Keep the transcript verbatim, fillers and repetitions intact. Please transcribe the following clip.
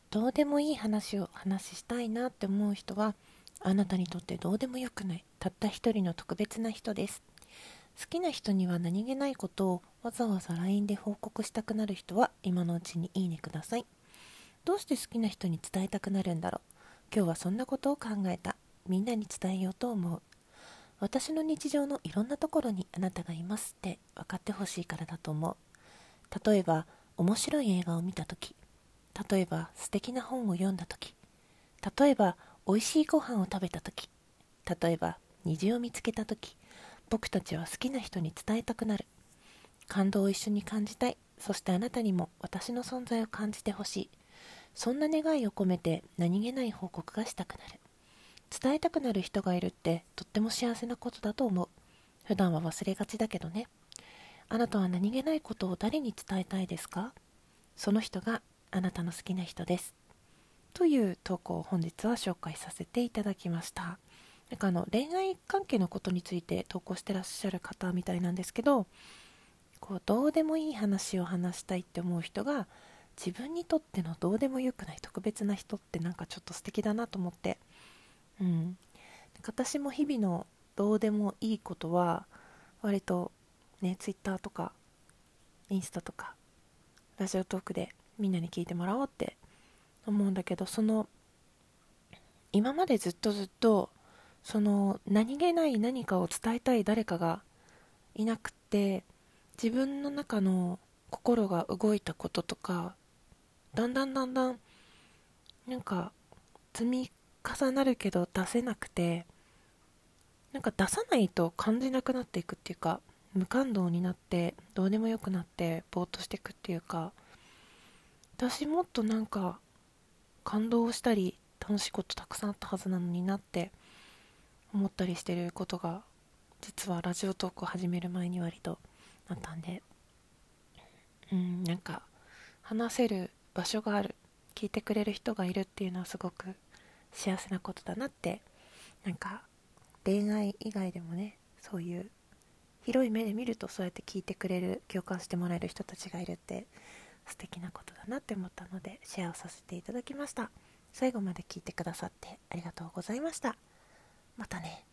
どうでもいい話を話したいなって思う人は、あなたにとってどうでもよくない、たった一人の特別な人です。好きな人には何気ないことをわざわざ ライン で報告したくなる人は、今のうちにいいねください。どうして好きな人に伝えたくなるんだろう。今日はそんなことを考えた。みんなに伝えようと思う。私の日常のいろんなところにあなたがいますって分かってほしいからだと思う。例えば、面白い映画を見たとき、例えば素敵な本を読んだとき、例えば美味しいご飯を食べたとき、例えば虹を見つけたとき、僕たちは好きな人に伝えたくなる。感動を一緒に感じたい。そしてあなたにも私の存在を感じてほしい。そんな願いを込めて何気ない報告がしたくなる。伝えたくなる人がいるってとっても幸せなことだと思う。普段は忘れがちだけどね。あなたは何気ないことを誰に伝えたいですか？その人があなたの好きな人です。という投稿を本日は紹介させていただきました。なんかあの恋愛関係のことについて投稿してらっしゃる方みたいなんですけど、こうどうでもいい話を話したいって思う人が自分にとってのどうでもよくない特別な人ってなんかちょっと素敵だなと思って、うん、私も日々のどうでもいいことは割とね、ツイッターとかインスタとかラジオトークでみんなに聞いてもらおうって思うんだけど、その今までずっとずっとその何気ない何かを伝えたい誰かがいなくて、自分の中の心が動いたこととかだんだんだんだんなんか積み重なるけど出せなくて、なんか出さないと感じなくなっていくっていうか、無感動になってどうでもよくなってぼーっとしていくっていうか、私もっとなんか感動したり楽しいことたくさんあったはずなのになって思ったりしてることが、実はラジオトークを始める前に割とあったんで、うんなんか話せる場所がある、聞いてくれる人がいるっていうのはすごく幸せなことだなって、なんか恋愛以外でもね、そういう広い目で見るとそうやって聞いてくれる、共感してもらえる人たちがいるって素敵なことだなって思ったのでシェアをさせていただきました。最後まで聞いてくださってありがとうございました。またね。